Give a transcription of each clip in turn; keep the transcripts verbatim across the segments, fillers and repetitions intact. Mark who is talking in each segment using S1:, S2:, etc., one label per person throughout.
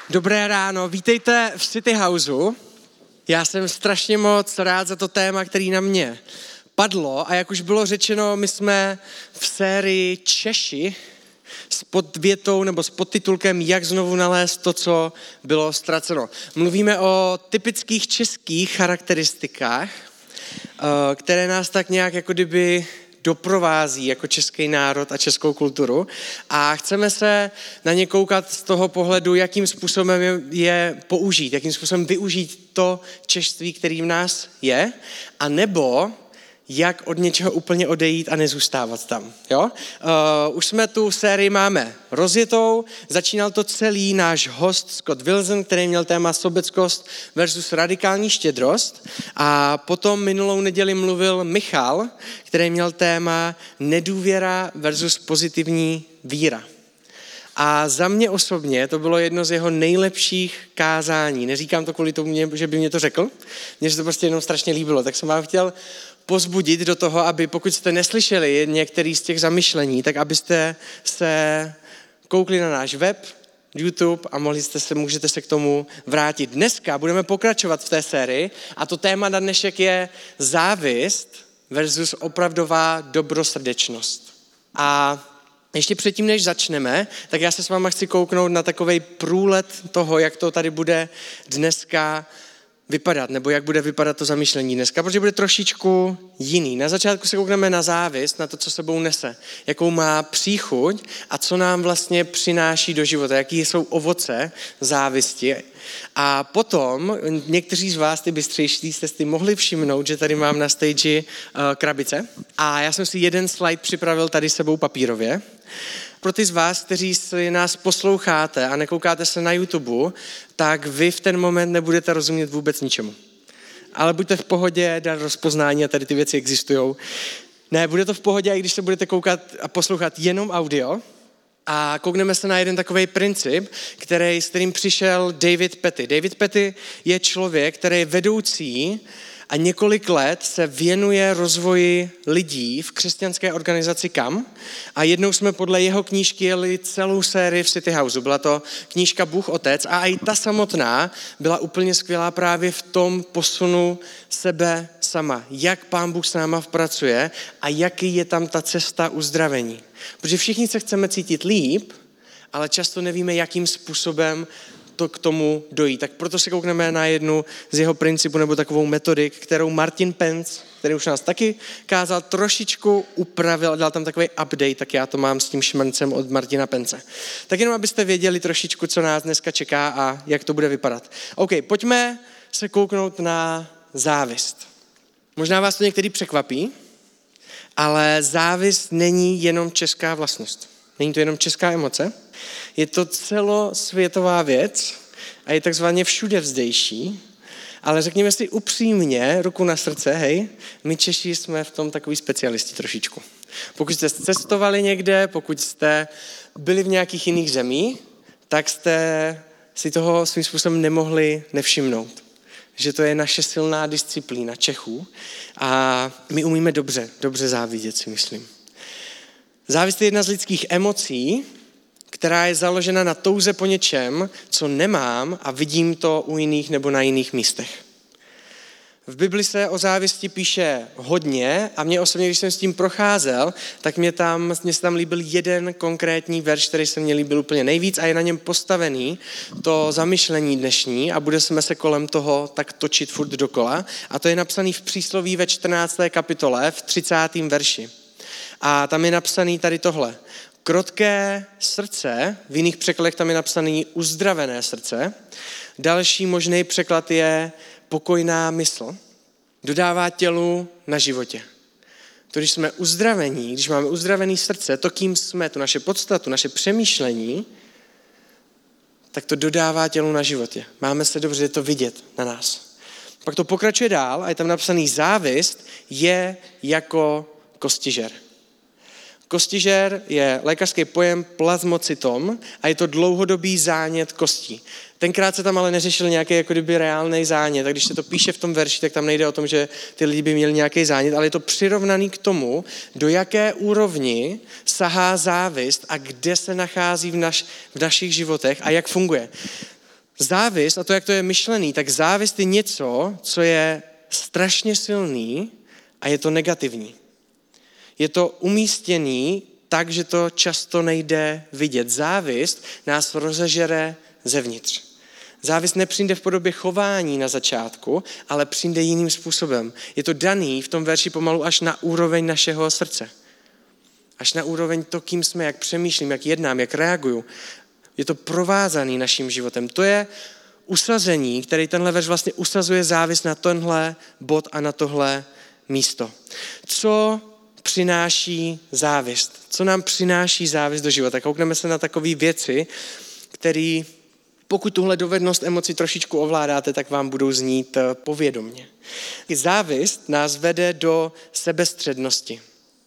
S1: Dobré ráno, vítejte v City Houseu. Já jsem strašně moc rád za to téma, který na mě padlo a jak už bylo řečeno, my jsme v sérii Češi s podvětou nebo s podtitulkem Jak znovu nalézt to, co bylo ztraceno. Mluvíme o typických českých charakteristikách, které nás tak nějak jako kdyby doprovází jako český národ a českou kulturu a chceme se na ně koukat z toho pohledu, jakým způsobem je použít, jakým způsobem využít to češství, který v nás je, a nebo jak od něčeho úplně odejít a nezůstávat tam. Jo? Uh, už jsme tu sérii máme rozjetou, začínal to celý náš host Scott Wilson, který měl téma sobeckost versus radikální štědrost, a potom minulou neděli mluvil Michal, který měl téma nedůvěra versus pozitivní víra. A za mě osobně to bylo jedno z jeho nejlepších kázání. Neříkám to kvůli tomu, že by mě to řekl, mně se to prostě jenom strašně líbilo, tak jsem vám chtěl pozbudit do toho, aby pokud jste neslyšeli některý z těch zamyšlení, tak abyste se koukli na náš web, YouTube a mohli jste se, můžete se k tomu vrátit. Dneska budeme pokračovat v té sérii a to téma na dnešek je závist versus opravdová dobrosrdečnost. A ještě předtím, než začneme, tak já se s váma chci kouknout na takovej průlet toho, jak to tady bude dneska vypadat, nebo jak bude vypadat to zamýšlení dneska, protože bude trošičku jiný. Na začátku se koukneme na závist, na to, co sebou nese, jakou má příchuť a co nám vlastně přináší do života, jaký jsou ovoce závisti. A potom někteří z vás, ty bystřejší, jste si mohli všimnout, že tady mám na stage uh, krabice a já jsem si jeden slide připravil tady sebou papírově. Pro ty z vás, kteří si nás posloucháte a nekoukáte se na YouTube, tak vy v ten moment nebudete rozumět vůbec ničemu. Ale buďte v pohodě, dar rozpoznání a tady ty věci existujou. Ne, bude to v pohodě, i když se budete koukat a poslouchat jenom audio. A koukneme se na jeden takový princip, který, s kterým přišel David Petty. David Petty je člověk, který je vedoucí a několik let se věnuje rozvoji lidí v křesťanské organizaci K A M. A jednou jsme podle jeho knížky jeli celou sérii v City Houseu. Byla to knížka Bůh Otec a i ta samotná byla úplně skvělá právě v tom posunu sebe sama. Jak Pán Bůh s náma pracuje a jaký je tam ta cesta uzdravení. Protože všichni se chceme cítit líp, ale často nevíme, jakým způsobem to k tomu dojít. Tak proto se koukneme na jednu z jeho principů nebo takovou metodik, kterou Martin Pence, který už nás taky kázal, trošičku upravil a dal tam takový update, tak já to mám s tím šmrncem od Martina Pence. Tak jenom abyste věděli trošičku, co nás dneska čeká a jak to bude vypadat. OK, pojďme se kouknout na závist. Možná vás to některý překvapí, ale závist není jenom česká vlastnost. Není to jenom česká emoce. Je to celosvětová věc a je takzvaně všude vzdejší, ale řekněme si upřímně, ruku na srdce, hej, my Češi jsme v tom takový specialisti trošičku. Pokud jste cestovali někde, pokud jste byli v nějakých jiných zemích, tak jste si toho svým způsobem nemohli nevšimnout. Že to je naše silná disciplína Čechů a my umíme dobře, dobře závidět, si myslím. Závist je jedna z lidských emocí, která je založena na touze po něčem, co nemám a vidím to u jiných nebo na jiných místech. V Bibli se o závisti píše hodně a mě osobně, když jsem s tím procházel, tak mě, tam, mě se tam líbil jeden konkrétní verš, který se mně líbil úplně nejvíc a je na něm postavený to zamyšlení dnešní a budeme se kolem toho tak točit furt dokola. A to je napsaný v Přísloví ve čtrnácté kapitole v třicátém verši. A tam je napsaný tady tohle. Krotké srdce, v jiných překladech tam je napsaný uzdravené srdce. Další možný překlad je pokojná mysl. Dodává tělu na životě. To, když jsme uzdravení, když máme uzdravené srdce, to, kým jsme, tu naše podstatu, naše přemýšlení, tak to dodává tělu na životě. Máme se dobře, je to vidět na nás. Pak to pokračuje dál a je tam napsaný závist je jako kostižer. Kostižer je lékařský pojem plazmocytom a je to dlouhodobý zánět kostí. Tenkrát se tam ale neřešil nějaký jako kdyby reálný zánět, tak když se to píše v tom verši, tak tam nejde o tom, že ty lidi by měli nějaký zánět, ale je to přirovnaný k tomu, do jaké úrovni sahá závist a kde se nachází v, naš, v našich životech a jak funguje. Závist, a to, jak to je myšlený, tak závist je něco, co je strašně silný a je to negativní. Je to umístěný tak, že to často nejde vidět. Závist nás rozežere zevnitř. Závist nepřijde v podobě chování na začátku, ale přijde jiným způsobem. Je to daný v tom verši pomalu až na úroveň našeho srdce. Až na úroveň to, kým jsme, jak přemýšlím, jak jednám, jak reaguju. Je to provázaný naším životem. To je usazení, který tenhle verš vlastně usazuje závist na tenhle bod a na tohle místo. Co přináší závist? Co nám přináší závist do života? Koukneme se na takové věci, které, pokud tuhle dovednost emocí trošičku ovládáte, tak vám budou znít povědomně. Závist nás vede do sebestřednosti.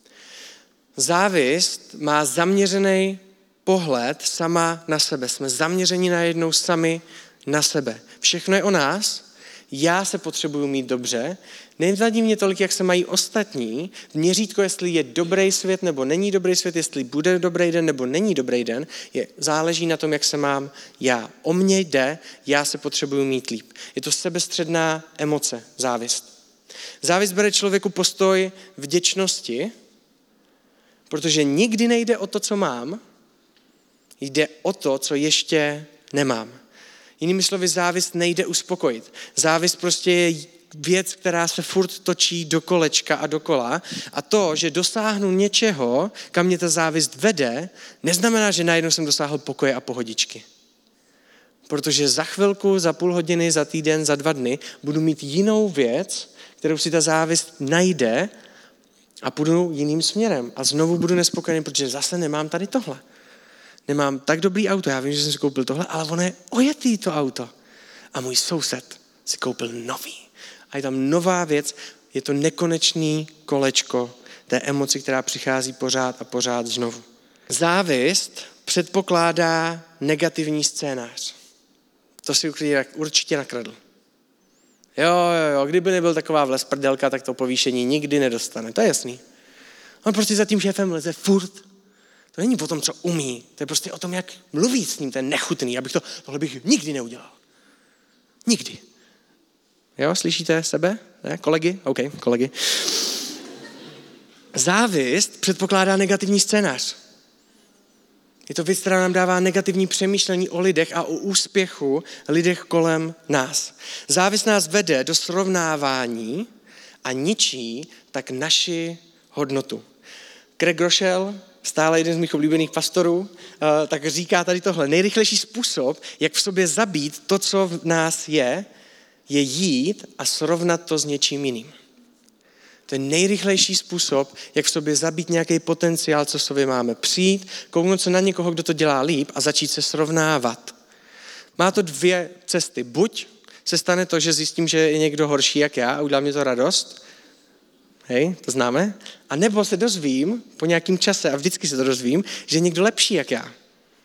S1: Závist má zaměřený pohled sama na sebe. Jsme zaměřeni najednou sami na sebe. Všechno je o nás, já se potřebuju mít dobře, nevadí mě tolik, jak se mají ostatní, měřítko, jestli je dobrý svět nebo není dobrý svět, jestli bude dobrý den nebo není dobrý den, je, záleží na tom, jak se mám já. O mě jde, já se potřebuju mít líp. Je to sebestředná emoce, závist. Závist bere člověku postoj vděčnosti, protože nikdy nejde o to, co mám, jde o to, co ještě nemám. Jinými slovy, závist nejde uspokojit. Závist prostě je věc, která se furt točí do kolečka a dokola. A to, že dosáhnu něčeho, kam mě ta závist vede, neznamená, že najednou jsem dosáhl pokoje a pohodičky. Protože za chvilku, za půl hodiny, za týden, za dva dny budu mít jinou věc, kterou si ta závist najde a půjdu jiným směrem. A znovu budu nespokojený, protože zase nemám tady tohle. Nemám tak dobrý auto, já vím, že jsem si koupil tohle, ale ono je ojetý to auto. A můj soused si koupil nový. A je tam nová věc, je to nekonečný kolečko té emoci, která přichází pořád a pořád znovu. Závist předpokládá negativní scénář. To si určitě nakradl. Jo, jo, jo, kdyby nebyl taková vlesprdelka, tak to povýšení nikdy nedostane. To je jasný. On prostě za tím šéfem leze furt. To není o tom, co umí. To je prostě o tom, jak mluví s ním. To je nechutný. Abych to, tohle bych nikdy neudělal. Nikdy. Jo, slyšíte sebe? Ne? Kolegy? OK, kolegy. Závist předpokládá negativní scénář. Je to věc, která nám dává negativní přemýšlení o lidech a o úspěchu lidech kolem nás. Závist nás vede do srovnávání a ničí tak naši hodnotu. Craig Groeschel, stále jeden z mých oblíbených pastorů, tak říká tady tohle. Nejrychlejší způsob, jak v sobě zabít to, co v nás je, je jít a srovnat to s něčím jiným. To je nejrychlejší způsob, jak v sobě zabít nějaký potenciál, co v sobě máme. Přijít, kouknout se na někoho, kdo to dělá líp a začít se srovnávat. Má to dvě cesty. Buď se stane to, že zjistím, že je někdo horší jak já a udělá mě to radost. Hej, to známe. A nebo se dozvím po nějakém čase, a vždycky se to dozvím, že je někdo lepší jak já.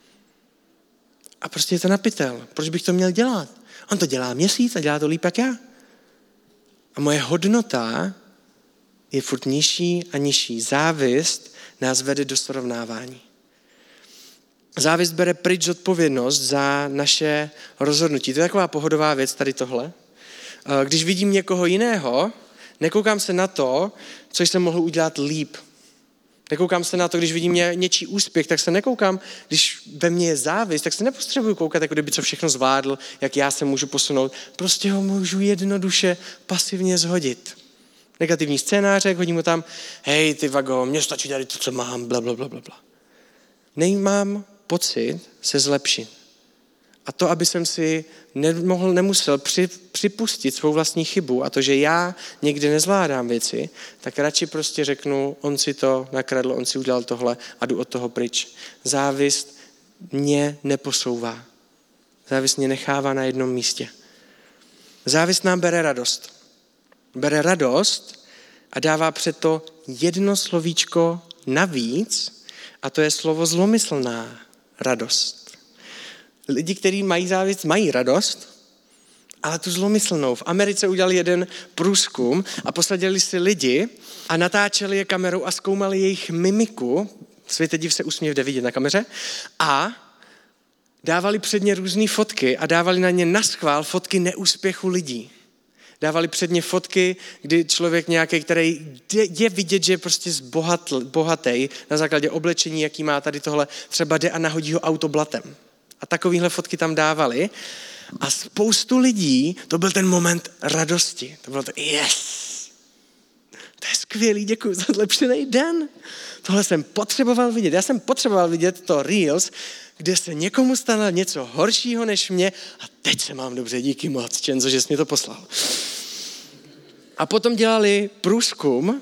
S1: A prostě je to na pytel. Proč bych to měl dělat? On to dělá měsíc a dělá to líp jak já. A moje hodnota je furt nižší a nižší. Závist nás vede do srovnávání. Závist bere pryč odpovědnost za naše rozhodnutí. To je taková pohodová věc tady tohle. Když vidím někoho jiného, nekoukám se na to, co jsem mohl udělat líp. Nekoukám se na to, když vidím ně, něčí úspěch, tak se nekoukám, když ve mně je závist, tak se nepotřebuju koukat, jako kdyby co všechno zvládl, jak já se můžu posunout. Prostě ho můžu jednoduše pasivně zhodit. Negativní scénáře, hodím ho tam, hej ty vago, mně stačí tady to, co mám, bla, bla, bla, bla. Nemám pocit se zlepšit. A to, aby jsem si nemohl, nemusel při, připustit svou vlastní chybu a to, že já někdy nezvládám věci, tak radši prostě řeknu, on si to nakradl, on si udělal tohle a jdu od toho pryč. Závist mě neposouvá. Závist mě nechává na jednom místě. Závist nám bere radost. Bere radost a dává před to jedno slovíčko navíc a to je slovo zlomyslná radost. Lidi, kteří mají závist, mají radost, ale tu zlomyslnou. V Americe udělali jeden průzkum a posadili si lidi a natáčeli je kamerou a zkoumali jejich mimiku. Světe div se úsměv jde vidět na kameře. A dávali předně různé fotky a dávali na ně naschvál fotky neúspěchu lidí. Dávali předně fotky, kdy člověk nějaký, který je vidět, že je prostě bohatý na základě oblečení, jaký má tady tohle, třeba jde a nahodí ho auto blatem. A takovýhle fotky tam dávali. A spoustu lidí, to byl ten moment radosti. To bylo to, yes, to je skvělý, děkuji za zlepšený den. Tohle jsem potřeboval vidět. Já jsem potřeboval vidět to Reels, kde se někomu stalo něco horšího než mě a teď se mám dobře, díky moc, Čenzo, že jsi mě to poslal. A potom dělali průzkum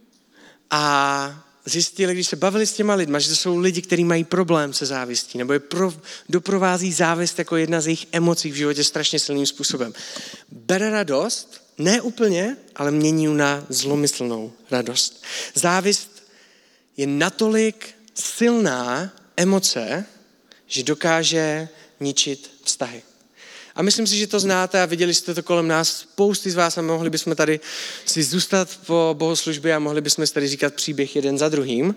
S1: a zjistili, když se bavili s těma lidma, že to jsou lidi, kteří mají problém se závistí, nebo je pro, doprovází závist jako jedna z jejich emocí v životě strašně silným způsobem. Bere radost, ne úplně, ale mění ji na zlomyslnou radost. Závist je natolik silná emoce, že dokáže ničit vztahy. A myslím si, že to znáte a viděli jste to kolem nás. Spousty z vás a mohli bychom tady si zůstat po bohoslužbě a mohli bychom si tady říkat příběh jeden za druhým.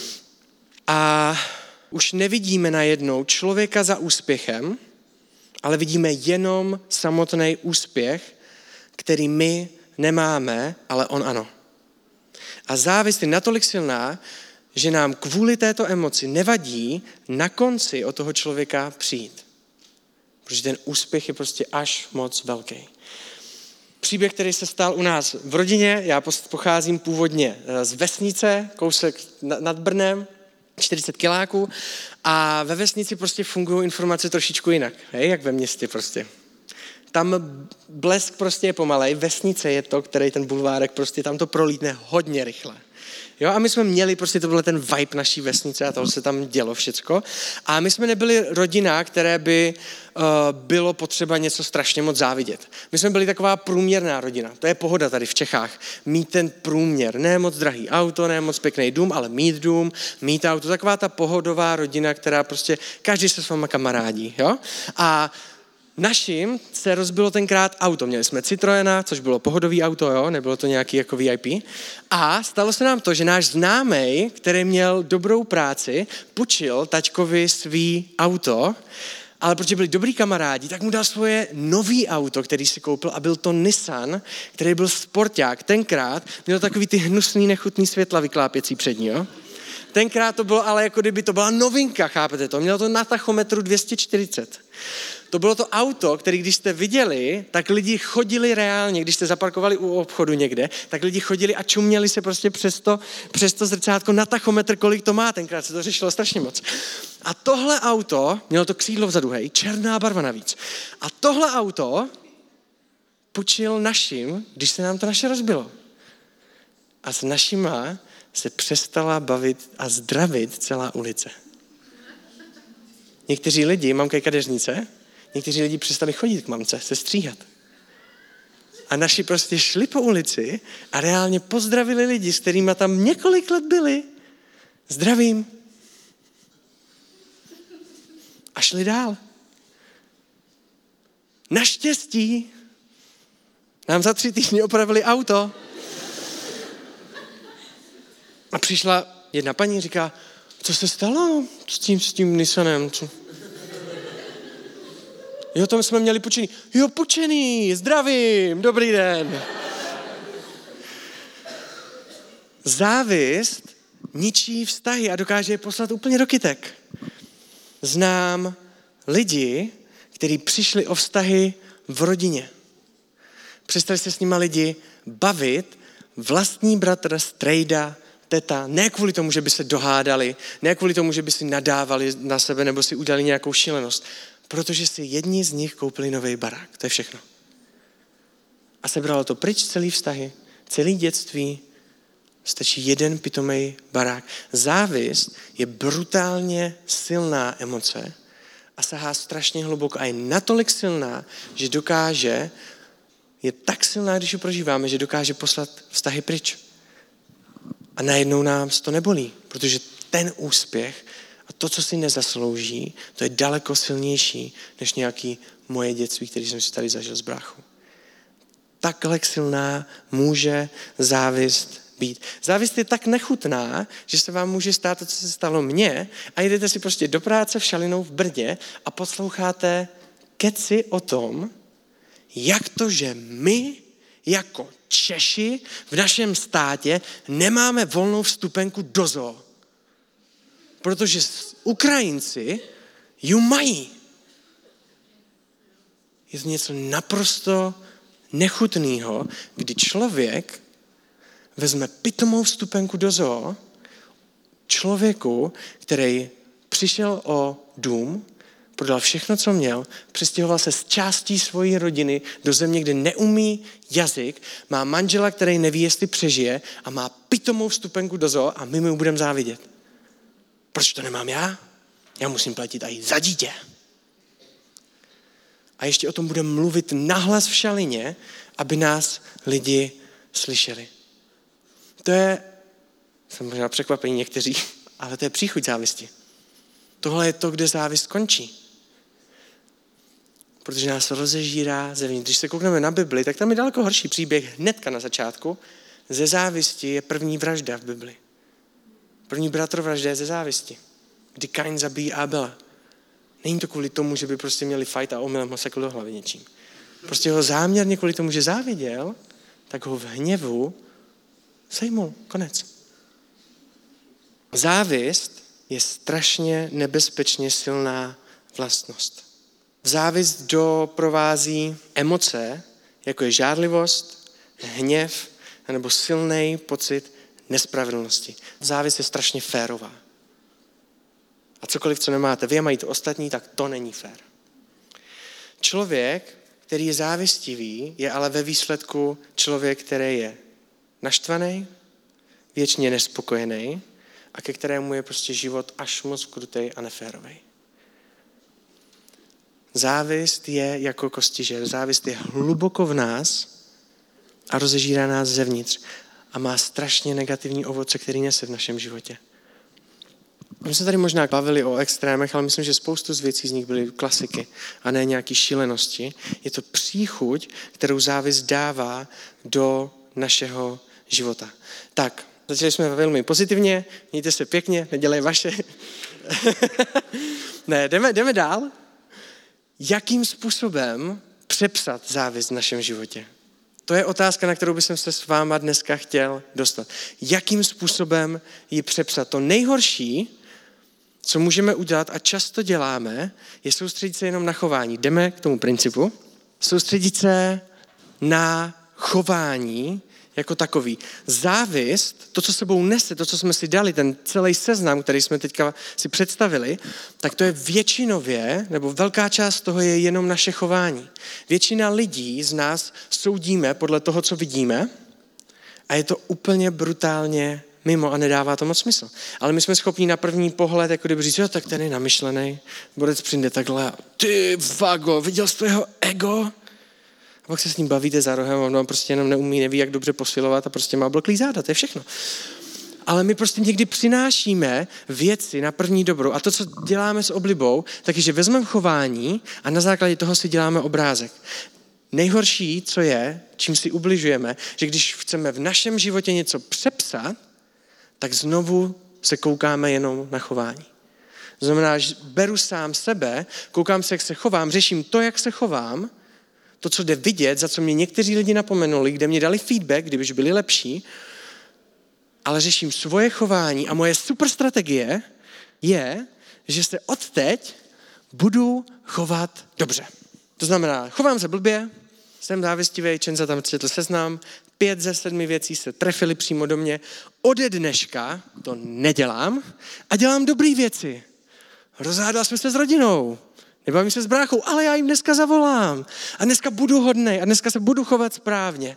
S1: A už nevidíme najednou člověka za úspěchem, ale vidíme jenom samotný úspěch, který my nemáme, ale on ano. A závist je natolik silná, že nám kvůli této emoci nevadí na konci od toho člověka přijít. Protože ten úspěch je prostě až moc velký. Příběh, který se stal u nás v rodině, já pocházím původně z vesnice, kousek nad Brnem, čtyřicet kiláků a ve vesnici prostě fungují informace trošičku jinak, hej, jak ve městě prostě. Tam blesk prostě je pomalej, vesnice je to, který ten bulvárek prostě tam to prolítne hodně rychle. Jo, a my jsme měli prostě, to byl ten vibe naší vesnice a to se tam dělo všecko. A my jsme nebyli rodina, které by uh, bylo potřeba něco strašně moc závidět. My jsme byli taková průměrná rodina. To je pohoda tady v Čechách. Mít ten průměr. Ne moc drahý auto, ne moc pěkný dům, ale mít dům, mít auto. Taková ta pohodová rodina, která prostě každý se s váma kamarádí. Jo? A našim se rozbilo tenkrát auto. Měli jsme Citroena, což bylo pohodový auto, jo? Nebylo to nějaký jako V I P. A stalo se nám to, že náš známej, který měl dobrou práci, půjčil taťkovi svý auto, ale protože byli dobrý kamarádi, tak mu dal svoje nový auto, který si koupil a byl to Nissan, který byl sporták. Tenkrát měl takový ty hnusný, nechutný světla vyklápěcí přední, jo? Tenkrát to bylo ale jako kdyby to byla novinka, chápete to? Mělo to na tachometru dvě stě čtyřicet. To bylo to auto, který když jste viděli, tak lidi chodili reálně, když jste zaparkovali u obchodu někde, tak lidi chodili a čuměli se prostě přes to, přes to zrcátko na tachometr, kolik to má. Tenkrát se to řešilo strašně moc. A tohle auto, mělo to křídlo vzadu, hej, černá barva navíc. A tohle auto půjčil našim, když se nám to naše rozbilo. A s našima se přestala bavit a zdravit celá ulice. Někteří lidi, mamka je kadeřnice, někteří lidi přestali chodit k mamce, se stříhat. A naši prostě šli po ulici a reálně pozdravili lidi, s kterými tam několik let byli. Zdravím. A šli dál. Naštěstí nám za tři týdny opravili auto. A přišla jedna paní, říká, co se stalo s tím, s tím Nissanem? Co? Jo, tam jsme měli půjčený. Jo, půjčený, zdravím, dobrý den. Závist ničí vztahy a dokáže je poslat úplně do kytek. Znám lidi, kteří přišli o vztahy v rodině. Přestali se s nima lidi bavit, vlastní bratr, strejda, teta, ne kvůli tomu, že by se dohádali, ne kvůli tomu, že by si nadávali na sebe nebo si udělali nějakou šílenost, protože si jedni z nich koupili nový barák. To je všechno. A sebralo to pryč celý vztahy, celý dětství, stačí jeden pitomej barák. Závist je brutálně silná emoce a sahá strašně hluboko a je natolik silná, že dokáže, je tak silná, když ji prožíváme, že dokáže poslat vztahy pryč. A najednou nás to nebolí, protože ten úspěch a to, co si nezaslouží, to je daleko silnější, než nějaký moje dětství, který jsem si tady zažil z bráchu. Takhle silná může závist být. Závist je tak nechutná, že se vám může stát to, co se stalo mně a jdete si prostě do práce v Šalinou v Brně a posloucháte keci o tom, jak to, že my jako Češi v našem státě nemáme volnou vstupenku do zoo. Protože Ukrajinci ju mají. Je to něco naprosto nechutného, kdy člověk vezme pitomou vstupenku do zoo, člověku, který přišel o dům, prodal všechno, co měl, přestěhoval se z částí svojí rodiny do země, kde neumí jazyk, má manžela, který neví, jestli přežije a má pitomou vstupenku do zoo a my mu budeme závidět. Proč to nemám já? Já musím platit i za dítě. A ještě o tom budeme mluvit nahlas v Šalině, aby nás lidi slyšeli. To je, jsem možná překvapení někteří, ale to je příchuť závisti. Tohle je to, kde závist končí. Protože nás rozežírá zevnitř. Když se koukneme na Bibli, tak tam je daleko horší příběh hnedka na začátku. Ze závisti je první vražda v Bibli. První bratrovražda je ze závisti, kdy Kain zabíjí Abela. Není to kvůli tomu, že by prostě měli fight a omylem ho sekl do hlavy něčím. Prostě ho záměrně kvůli tomu, že záviděl, tak ho v hněvu sejmul. Konec. Závist je strašně nebezpečně silná vlastnost. Závist doprovází emoce, jako je žárlivost, hněv, nebo silný pocit nespravedlnosti. Závist je strašně férová. A cokoliv, co nemáte vy a mají to ostatní, tak to není fér. Člověk, který je závistivý, je ale ve výsledku člověk, který je naštvaný, věčně nespokojený a ke kterému je prostě život až moc krutej a neférovej. Závist je jako kostižer. Závist je hluboko v nás a rozežírá nás zevnitř a má strašně negativní ovoce, který nese v našem životě. My jsme tady možná bavili o extrémech, ale myslím, že spoustu z věcí z nich byly klasiky a ne nějaký šílenosti. Je to příchuť, kterou závist dává do našeho života. Tak, začali jsme velmi pozitivně, mějte se pěkně, nedělej vaše. ne, jdeme, jdeme dál. Jakým způsobem přepsat závist v našem životě? To je otázka, na kterou bych se s váma dneska chtěl dostat. Jakým způsobem ji přepsat? To nejhorší, co můžeme udělat a často děláme, je soustředit se jenom na chování. Jdeme k tomu principu. Soustředit se na chování jako takový. Závist, to, co sebou nese, to, co jsme si dali, ten celý seznam, který jsme teďka si představili, tak to je většinově, nebo velká část toho je jenom naše chování. Většina lidí z nás soudíme podle toho, co vidíme a je to úplně brutálně mimo a nedává to moc smysl. Ale my jsme schopni na první pohled jako kdyby říct, jo, tak ten je namyšlený, borec přijde takhle, ty vago, viděl jsi to jeho ego? A pak se s ním bavíte za rohem, on prostě jenom neumí, neví, jak dobře posilovat a prostě má bloklý záda, to je všechno. Ale my prostě někdy přinášíme věci na první dobrou a to, co děláme s oblibou, tak je, že vezmeme chování a na základě toho si děláme obrázek. Nejhorší, co je, čím si ubližujeme, že když chceme v našem životě něco přepsat, tak znovu se koukáme jenom na chování. To znamená, že beru sám sebe, koukám se, jak se chovám, řeším to, jak se chovám, to, co jde vidět, za co mě někteří lidi napomenuli, kde mě dali feedback, kdybyž byli lepší, ale řeším svoje chování a moje super strategie je, že se odteď budu chovat dobře. To znamená, chovám se blbě, jsem závistivý, Čenza tam četl seznam, pět ze sedmi věcí se trefily přímo do mě. Ode dneška to nedělám a dělám dobré věci. Rozhádal jsme se s rodinou, nebavím se s bráchou, ale já jim dneska zavolám. A dneska budu hodnej a dneska se budu chovat správně.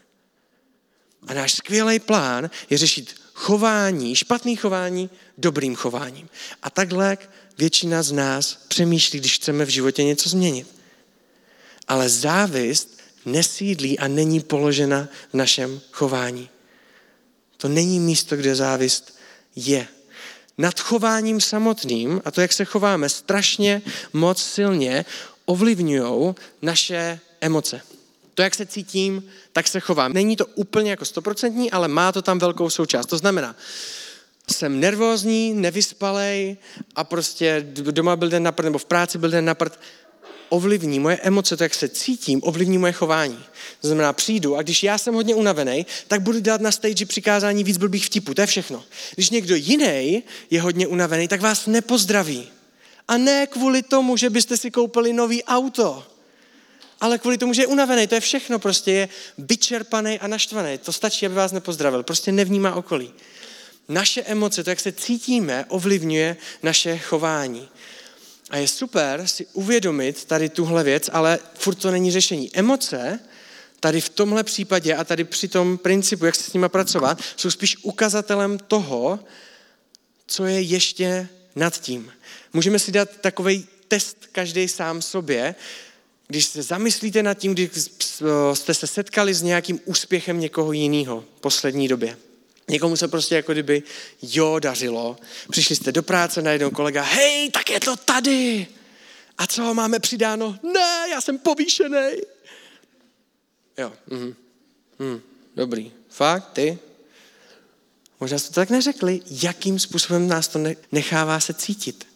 S1: A náš skvělý plán je řešit chování, špatný chování, dobrým chováním. A takhle většina z nás přemýšlí, když chceme v životě něco změnit. Ale závist nesídlí a není položena v našem chování. To není místo, kde závist je. Nad chováním samotným a to, jak se chováme, strašně moc silně ovlivňují naše emoce. To, jak se cítím, tak se chovám. Není to úplně jako stoprocentní, ale má to tam velkou součást. To znamená, jsem nervózní, nevyspalej a prostě doma byl den na prd, nebo v práci byl den na prd. Ovlivní moje emoce, to, jak se cítím, ovlivní moje chování. To znamená, přijdu a když já jsem hodně unavený, tak budu dělat na stage přikázání víc blbých vtipů. To je všechno. Když někdo jiný je hodně unavený, tak vás nepozdraví. A ne kvůli tomu, že byste si koupili nový auto, ale kvůli tomu, že je unavený. To je všechno. Prostě je vyčerpaný a naštvaný. To stačí, aby vás nepozdravil. Prostě nevnímá okolí. Naše emoce, to, jak se cítíme, ovlivňuje naše chování. A je super si uvědomit tady tuhle věc, ale furt to není řešení. Emoce tady v tomhle případě a tady při tom principu, jak se s nima pracovat, jsou spíš ukazatelem toho, co je ještě nad tím. Můžeme si dát takovej test každý sám sobě, když se zamyslíte nad tím, když jste se setkali s nějakým úspěchem někoho jiného v poslední době. Někomu se prostě jako kdyby jo dařilo. Přišli jste do práce, najednou kolega, hej, tak je to tady. A co, máme přidáno? Ne, já jsem povýšenej. Jo, mhm. Hm, dobrý. Fakt, ty? Možná jste to tak neřekli, jakým způsobem nás to nechává se cítit.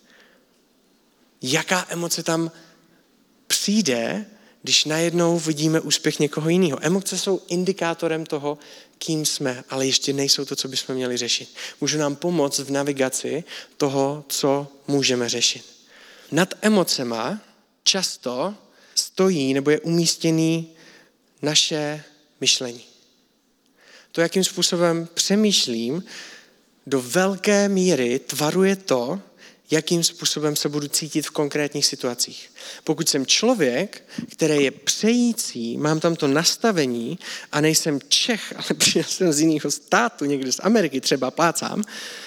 S1: Jaká emoce tam přijde, když najednou vidíme úspěch někoho jiného. Emoce jsou indikátorem toho, kým jsme, ale ještě nejsou to, co bychom měli řešit. Můžou nám pomoct v navigaci toho, co můžeme řešit. Nad emocema často stojí nebo je umístěný naše myšlení. To, jakým způsobem přemýšlím, do velké míry tvaruje to, jakým způsobem se budu cítit v konkrétních situacích. Pokud jsem člověk, který je přející, mám tam to nastavení a nejsem Čech, ale přijel jsem z jiného státu, někde z Ameriky třeba plácám,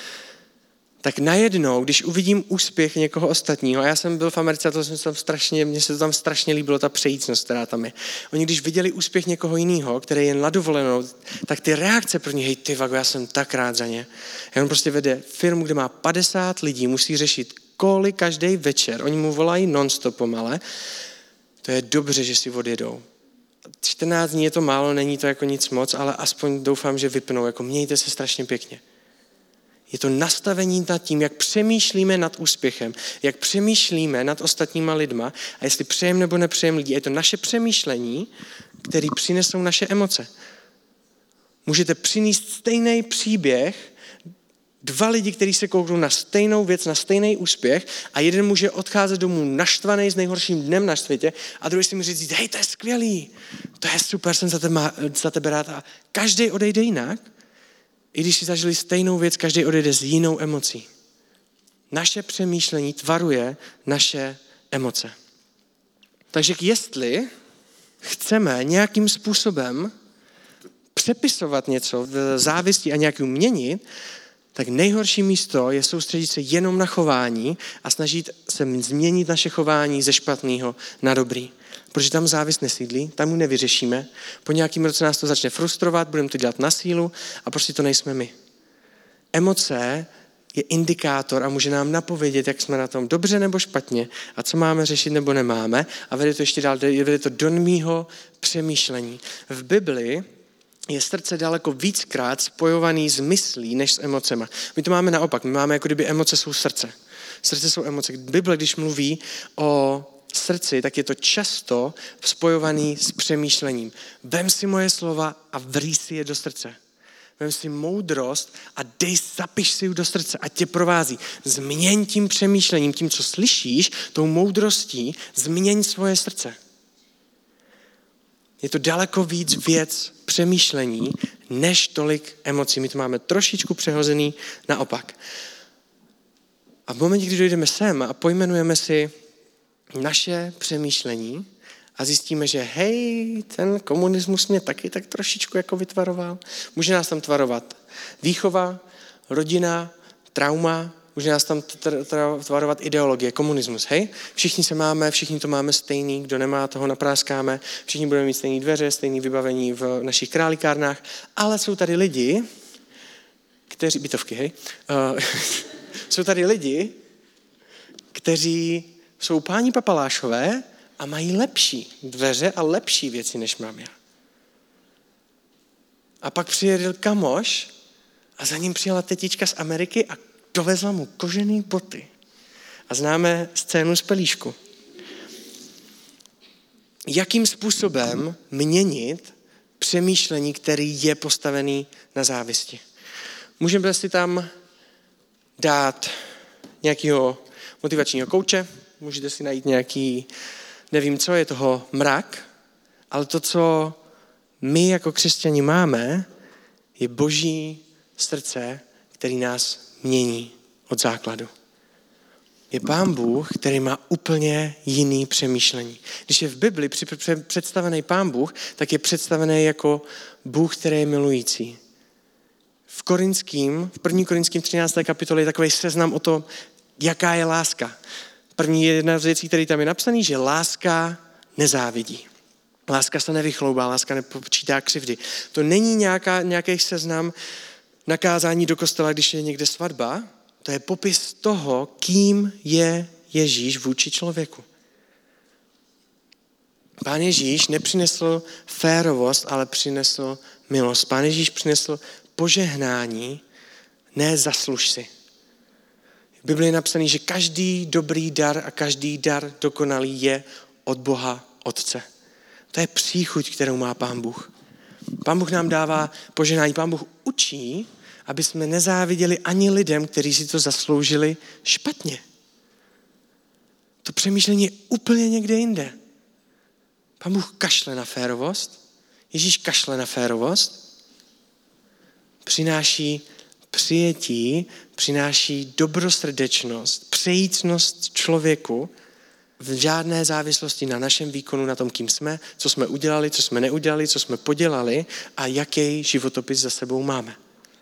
S1: tak najednou, když uvidím úspěch někoho ostatního, a já jsem byl v Americe a to jsem tam strašně, mně se to tam strašně líbilo, ta přejícnost, která tam je. Oni, když viděli úspěch někoho jiného, který je jen na dovolenou, tak ty reakce pro ně, hej ty vago, já jsem tak rád za ně. A on prostě vede firmu, kde má padesát lidí, musí řešit koly každý večer, oni mu volají non-stop pomale. To je dobře, že si odjedou. čtrnáct dní je to málo, není to jako nic moc, ale aspoň doufám, že vypnou, jako mějte se strašně pěkně. Je to nastavení nad tím, jak přemýšlíme nad úspěchem, jak přemýšlíme nad ostatníma lidma a jestli přejem nebo nepřejem lidí. Je to naše přemýšlení, které přinesou naše emoce. Můžete přinést stejný příběh, dva lidi, kteří se kouknou na stejnou věc, na stejný úspěch a jeden může odcházet domů naštvaný s nejhorším dnem na světě a druhý si může říct, hej, to je skvělý, to je super, jsem za tebe, za tebe rád. A každý odejde jinak. I když si zažili stejnou věc, každý odejde s jinou emocí. Naše přemýšlení tvaruje naše emoce. Takže jestli chceme nějakým způsobem přepisovat něco v závisti a nějak měnit, tak nejhorší místo je soustředit se jenom na chování a snažit se změnit naše chování ze špatného na dobrý. Protože tam závist nesídlí, tam ji nevyřešíme. Po nějakým roce nás to začne frustrovat, budeme to dělat na sílu a prostě to nejsme my. Emoce je indikátor a může nám napovědět, jak jsme na tom dobře nebo špatně a co máme řešit nebo nemáme a vede to ještě dál, vede to do mýho přemýšlení. V Bibli je srdce daleko víckrát spojovaný s myslí, než s emocema. My to máme naopak, my máme jako kdyby emoce jsou srdce. Srdce jsou emoce. Bible, když mluví o srdci, tak je to často spojovaný s přemýšlením. Vem si moje slova a vrý si je do srdce. Vem si moudrost a dej, zapiš si ji do srdce a tě provází. Změň tím přemýšlením, tím, co slyšíš, tou moudrostí, změň svoje srdce. Je to daleko víc věc přemýšlení, než tolik emocí. My to máme trošičku přehozený naopak. A v momentě, kdy dojdeme sem a pojmenujeme si naše přemýšlení a zjistíme, že hej, ten komunismus mě taky tak trošičku jako vytvaroval. Může nás tam tvarovat výchova, rodina, trauma, může nás tam tvarovat ideologie, komunismus, hej? Všichni se máme, všichni to máme stejný, kdo nemá, toho napráskáme, všichni budeme mít stejné dveře, stejné vybavení v našich králíkárnách, ale jsou tady lidi, kteří, bytovky, hej? Uh, jsou tady lidi, kteří jsou páni papalášové a mají lepší dveře a lepší věci, než mám já. A pak přijel kamoš a za ním přijela tetička z Ameriky a dovezla mu kožený boty. A známe scénu z Pelíšku. Jakým způsobem měnit přemýšlení, který je postavený na závisti? Můžeme si tam dát nějakého motivačního kouče, můžete si najít nějaký, nevím co, je toho mrak, ale to, co my jako křesťani máme, je Boží srdce, který nás mění od základu. Je Pán Bůh, který má úplně jiný přemýšlení. Když je v Bibli představený Pán Bůh, tak je představený jako Bůh, který je milující. V Korinským, v první Korinským třinácté kapitole je takový seznam o tom, jaká je láska. První je jedna z věcí, který tam je napsaný, že láska nezávidí. Láska se nevychloubá, láska nepočítá křivdy. To není nějaká, nějaký seznam nakázání do kostela, když je někde svatba. To je popis toho, kým je Ježíš vůči člověku. Pán Ježíš nepřinesl férovost, ale přinesl milost. Pán Ježíš přinesl požehnání, ne zasluž si. V Bibli je napsaný, že každý dobrý dar a každý dar dokonalý je od Boha Otce. To je příchuť, kterou má Pán Bůh. Pán Bůh nám dává požehnání. Pán Bůh učí, aby jsme nezáviděli ani lidem, kteří si to zasloužili špatně. To přemýšlení je úplně někde jinde. Pán Bůh kašle na férovost. Ježíš kašle na férovost. Přináší přijetí, přináší dobrosrdečnost, přejícnost člověku v žádné závislosti na našem výkonu, na tom, kým jsme, co jsme udělali, co jsme neudělali, co jsme podělali a jaký životopis za sebou máme.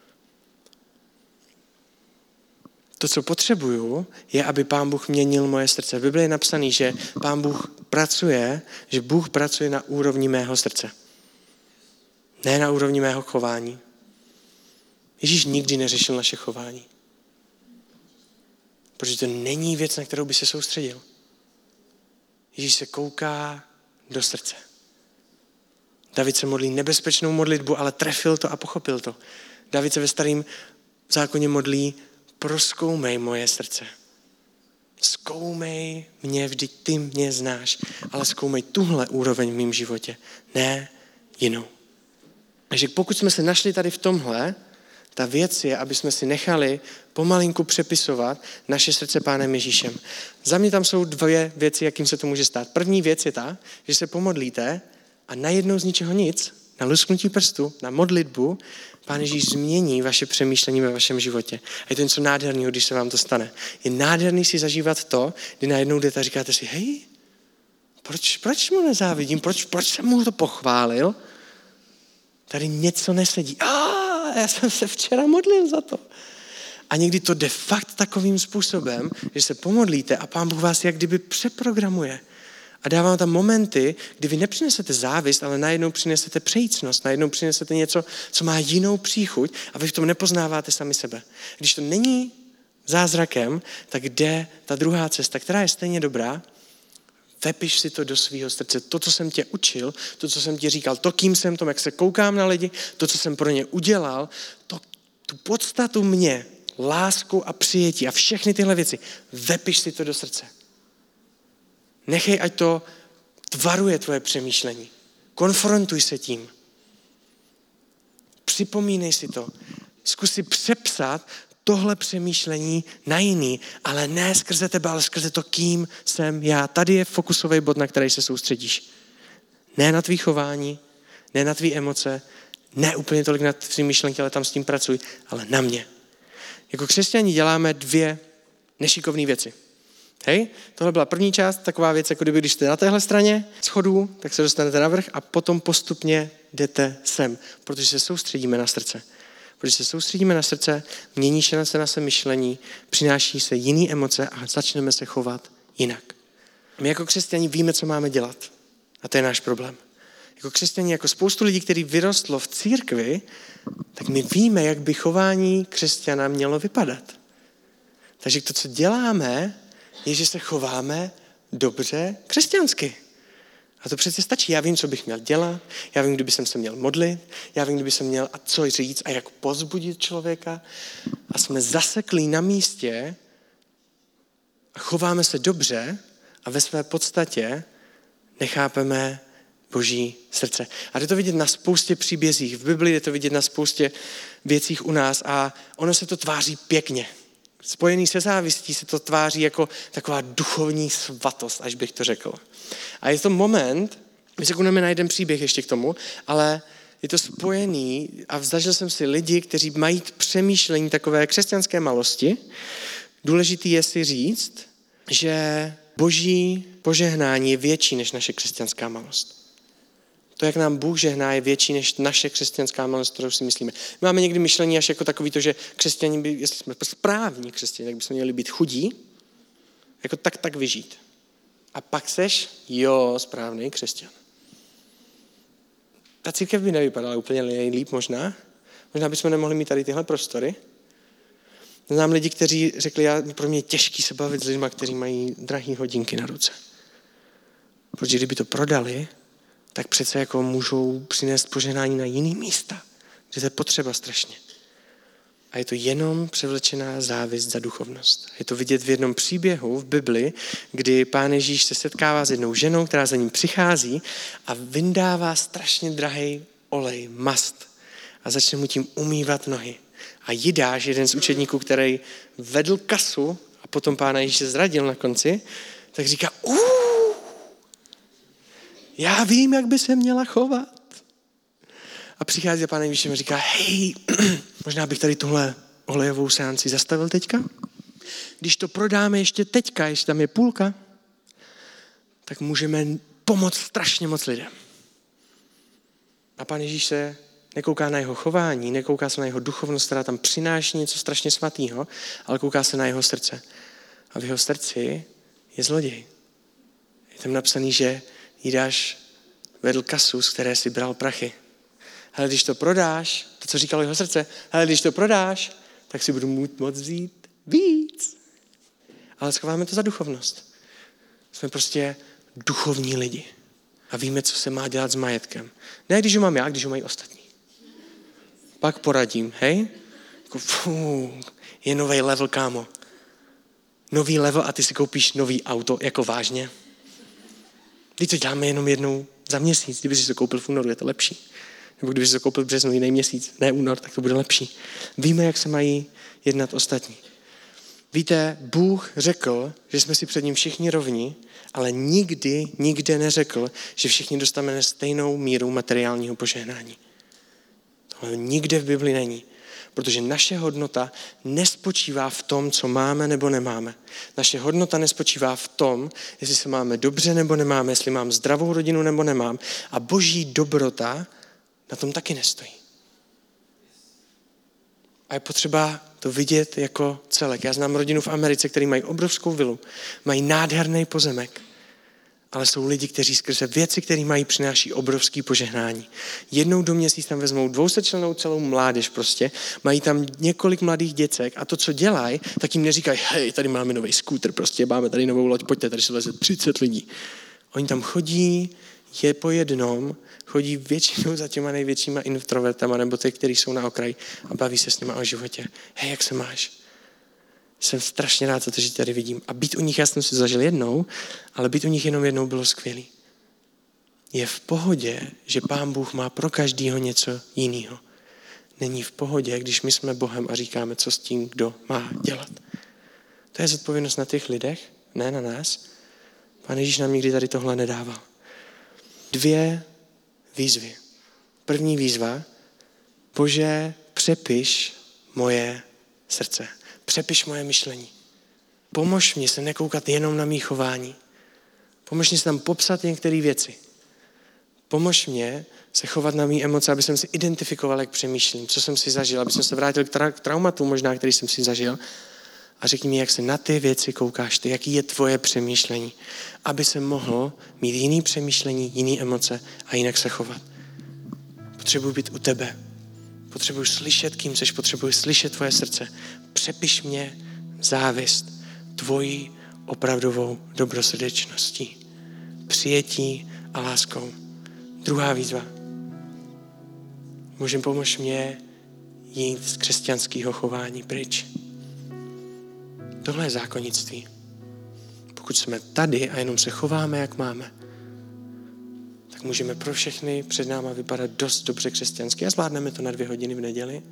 S1: To, co potřebuju, je, aby Pán Bůh měnil moje srdce. V Bibli je napsaný, že Pán Bůh pracuje, že Bůh pracuje na úrovni mého srdce. Ne na úrovni mého chování. Ježíš nikdy neřešil naše chování. Protože to není věc, na kterou by se soustředil. Ježíš se kouká do srdce. David se modlí nebezpečnou modlitbu, ale trefil to a pochopil to. David se ve starém zákoně modlí: prozkoumej moje srdce. Zkoumej mě, vždyť ty mě znáš, ale zkoumej tuhle úroveň v mém životě, ne jinou. Takže pokud jsme se našli tady v tomhle, ta věc je, aby jsme si nechali pomalinku přepisovat naše srdce Pánem Ježíšem. Za mě tam jsou dvě věci, jakým se to může stát. První věc je ta, že se pomodlíte a najednou z ničeho nic, na lusknutí prstu, na modlitbu, Pán Ježíš změní vaše přemýšlení ve vašem životě. A je to něco nádherného, když se vám to stane. Je nádherný si zažívat to, kdy najednou jdete a říkáte si: hej, proč, proč mu nezávidím, proč, proč jsem mu to pochválil? Tady něco nesedí. Ah, já jsem se včera modlil za to. A někdy to jde fakt takovým způsobem, že se pomodlíte a Pán Bůh vás jak kdyby přeprogramuje. A dávám tam momenty, kdy vy nepřinesete závist, ale najednou přinesete přejícnost, najednou přinesete něco, co má jinou příchuť a vy v tom nepoznáváte sami sebe. Když to není zázrakem, tak jde ta druhá cesta, která je stejně dobrá. Vepiš si to do svého srdce. To, co jsem tě učil, to, co jsem ti říkal, to, kým jsem, to, jak se koukám na lidi, to, co jsem pro ně udělal, to, tu podstatu mě, lásku a přijetí a všechny tyhle věci, vepiš si to do srdce. Nechej, ať to tvaruje tvoje přemýšlení. Konfrontuj se tím. Připomínej si to. Zkus si přepsat tohle přemýšlení na jiný, ale ne skrze tebe, ale skrze to, kým jsem já. Tady je fokusový bod, na který se soustředíš. Ne na tvý chování, ne na tvý emoce, ne úplně tolik na tvý myšlenky, ale tam s tím pracuj, ale na mě. Jako křesťani děláme dvě nešikovné věci. Hej, tohle byla první část, taková věc, jako kdyby, když jste na téhle straně schodů, tak se dostanete na vrch a potom postupně jdete sem, protože se soustředíme na srdce. Protože se soustředíme na srdce, mění se na naše myšlení, přináší se jiné emoce a začneme se chovat jinak. My jako křesťani víme, co máme dělat. A to je náš problém. Jako křesťani, jako spoustu lidí, kteří vyrostlo v církvi, tak my víme, jak by chování křesťana mělo vypadat. Takže to, co děláme, je, že se chováme dobře křesťansky. A to přece stačí. Já vím, co bych měl dělat, já vím, kdyby jsem se měl modlit, já vím, kdyby jsem měl a co říct a jak povzbudit člověka. A jsme zaseklí na místě a chováme se dobře a ve své podstatě nechápeme Boží srdce. A jde to vidět na spoustě příbězích. V Biblii jde to vidět na spoustě věcích u nás a ono se to tváří pěkně. Spojený se závistí se to tváří jako taková duchovní svatost, až bych to řekl. A je to moment, my se koneme na jeden příběh ještě k tomu, ale je to spojený a zažil jsem si lidi, kteří mají přemýšlení takové křesťanské malosti. Důležitý je si říct, že Boží požehnání je větší než naše křesťanská malost. To, jak nám Bůh žehná, je větší než naše křesťanská malost, kterou si myslíme. My máme někdy myšlení až jako takový to, že křesťaní, by, jestli jsme správní křesťaní, tak bychom měli být chudí, jako tak, tak vyžít. A pak seš, jo, správný křesťan. Ta církev by nevypadala úplně líp možná. Možná bychom nemohli mít tady tyhle prostory. Znám lidi, kteří řekli, já, pro mě je těžký se bavit s lidmi, kteří mají drahé hodinky na ruce. Protože kdyby to prodali, tak přece jako můžou přinést požehnání na jiný místa, kde to je potřeba strašně. A je to jenom převlečená závist za duchovnost. Je to vidět v jednom příběhu v Bibli, kdy Pán Ježíš se setkává s jednou ženou, která za ním přichází a vyndává strašně drahý olej, mast a začne mu tím umývat nohy. A Jidáš, jeden z učedníků, který vedl kasu a potom Pána Ježíše zradil na konci, tak říká, uuu, já vím, jak by se měla chovat. A přichází a Pán Ježíš a říká, hej, možná bych tady tuhle olejovou seanci zastavil teďka. Když to prodáme ještě teďka, ještě tam je půlka, tak můžeme pomoct strašně moc lidem. A Pán Ježíš se nekouká na jeho chování, nekouká se na jeho duchovnost, která tam přináší něco strašně svatého, ale kouká se na jeho srdce. A v jeho srdci je zloděj. Je tam napsaný, že Jidáš vedl kasu, z které si bral prachy. Hele, když to prodáš, to, co říkalo jeho srdce, hele, když to prodáš, tak si budu mít moc vzít víc. Ale schováme to za duchovnost. Jsme prostě duchovní lidi. A víme, co se má dělat s majetkem. Ne, když ho mám já, když ho mají ostatní. Pak poradím, hej? Jako, fů, je nový level, kámo. Nový level a ty si koupíš nový auto, jako vážně. Když to děláme jenom jednou za měsíc, kdyby si to koupil v únoru, je to lepší. Nebo kdyby si to koupil v březnu, jiný měsíc, ne únor, tak to bude lepší. Víme, jak se mají jednat ostatní. Víte, Bůh řekl, že jsme si před ním všichni rovní, ale nikdy, nikde neřekl, že všichni dostaneme stejnou míru materiálního požehnání. Tohle nikde v Bibli není. Protože naše hodnota nespočívá v tom, co máme nebo nemáme. Naše hodnota nespočívá v tom, jestli se máme dobře nebo nemáme, jestli mám zdravou rodinu nebo nemám. A Boží dobrota na tom taky nestojí. A je potřeba to vidět jako celek. Já znám rodinu v Americe, který mají obrovskou vilu, mají nádherný pozemek, ale jsou lidi, kteří skrze věci, které mají, přináší obrovský požehnání. Jednou do měsíc tam vezmou dvousetčlennou celou mládež prostě, mají tam několik mladých děcek a to, co dělají, tak jim neříkají, hej, tady máme nový skútr, prostě máme tady novou loď, pojďte, tady se veze třicet lidí. Oni tam chodí, je po jednom, chodí většinou za těma největšíma introvertama nebo ty, kteří jsou na okraji a baví se s nimi o životě. Hej, jak se máš? Jsem strašně rád za to, že tady vidím. A být u nich, já jsem si zažil jednou, ale být u nich jenom jednou bylo skvělý. Je v pohodě, že Pán Bůh má pro každýho něco jiného. Není v pohodě, když my jsme Bohem a říkáme, co s tím kdo má dělat. To je zodpovědnost na těch lidech, ne na nás. Pán Ježíš nám nikdy tady tohle nedával. Dvě výzvy. První výzva, Bože, přepiš moje srdce. Přepiš moje myšlení. Pomož mi se nekoukat jenom na mý chování. Pomož mi se tam popsat některé věci. Pomož mě se chovat na mý emoce, aby jsem si identifikoval, jak přemýšlím, co jsem si zažil, aby jsem se vrátil k, tra- k traumatu možná, který jsem si zažil. A řekni mi, jak se na ty věci koukáš ty, jaký je tvoje přemýšlení, aby se mohl mít jiný přemýšlení, jiný emoce a jinak se chovat. Potřebuji být u tebe. Potřebuji slyšet, kým seš, potřebuji slyšet tvoje srdce. Přepiš mě závist tvojí opravdovou dobrosrdečností, přijetí a láskou. Druhá výzva. Můžeme pomoct mě jít z křesťanského chování pryč. Tohle je zákonnictví. Pokud jsme tady a jenom se chováme, jak máme, tak můžeme pro všechny před náma vypadat dost dobře křesťansky a zvládneme to na dvě hodiny v neděli.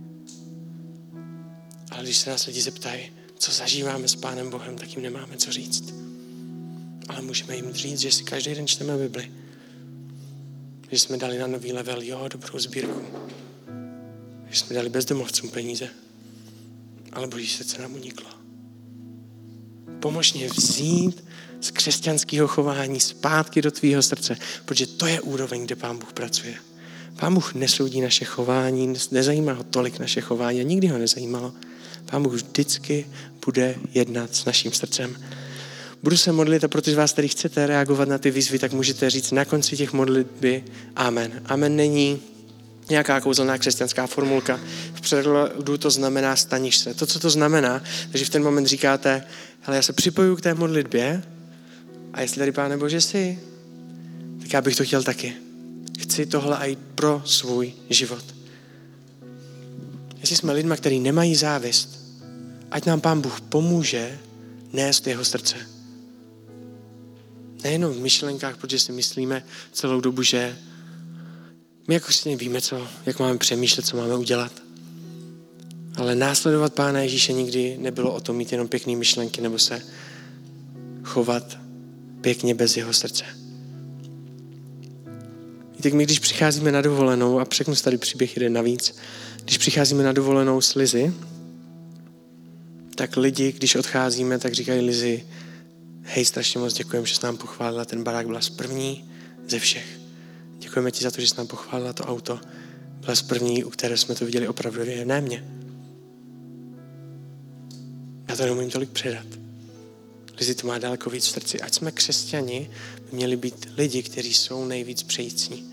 S1: Ale když se nás lidi zeptají, co zažíváme s Pánem Bohem, tak jim nemáme co říct. Ale můžeme jim říct, že si každý den čteme Bibli. Že jsme dali na nový level, jo, dobrou sbírku. Že jsme dali bezdomovcům peníze. Ale Boží srdce nám uniklo. Pomož mě vzít z křesťanského chování zpátky do tvýho srdce, protože to je úroveň, kde Pán Bůh pracuje. Pán Bůh nesoudí naše chování, nezajímá ho tolik naše chování a nikdy ho nezajímalo. Pán Bůh vždycky bude jednat s naším srdcem. Budu se modlit a protože vás tady chcete reagovat na ty výzvy, tak můžete říct na konci těch modlitby amen. Amen není nějaká kouzelná křesťanská formulka. V překladu to znamená staniš se. To, co to znamená, takže v ten moment říkáte, hele, já se připojuju k té modlitbě a jestli tady, Páne Bože, jsi, tak já bych to chtěl taky. Chci tohle i pro svůj život. Jestli jsme lidma, kteří nemají závist, ať nám Pán Bůh pomůže nést jeho srdce. Nejenom v myšlenkách, protože si myslíme celou dobu, že my jako křesťané víme, co, jak máme přemýšlet, co máme udělat. Ale následovat Pána Ježíše nikdy nebylo o tom mít jenom pěkný myšlenky nebo se chovat pěkně bez jeho srdce. Víte, my když přicházíme na dovolenou, a řeknu si tady příběh jeden navíc, když přicházíme na dovolenou s Lizy, tak lidi, když odcházíme, tak říkají Lizy, hej, strašně moc děkujeme, že jsi nám pochválila, ten barák byla z první ze všech. Děkujeme ti za to, že jsi nám pochválila to auto. Byla z první, u které jsme to viděli opravdově, ne mě. Já to nemůžu tolik předat. Lizy to má daleko víc v srdci. Ať jsme křesťani, by měli být lidi, kteří jsou nejvíc přející.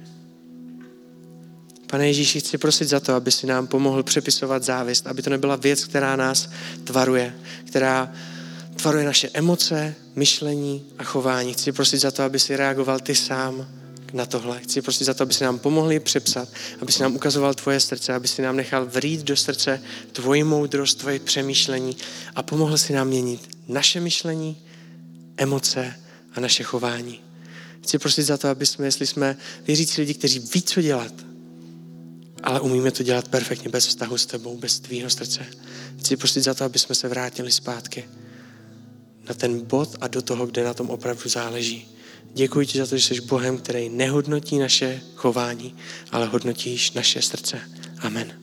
S1: Pane Ježíši, chci prosit za to, aby si nám pomohl přepisovat závist, aby to nebyla věc, která nás tvaruje, která tvaruje naše emoce, myšlení a chování. Chci prosit za to, aby si reagoval ty sám na tohle. Chci prosit za to, aby si nám pomohli přepsat, aby si nám ukazoval tvoje srdce, aby si nám nechal vrít do srdce tvoji moudrost, tvoje přemýšlení a pomohl si nám měnit naše myšlení, emoce a naše chování. Chci prosit za to, aby jsme, jestli jsme věřící lidi, kteří ví, co dělat, ale umíme to dělat perfektně bez vztahu s tebou, bez tvýho srdce. Chci prosit za to, aby jsme se vrátili zpátky na ten bod a do toho, kde na tom opravdu záleží. Děkuji ti za to, že jsi Bohem, který nehodnotí naše chování, ale hodnotíš naše srdce. Amen.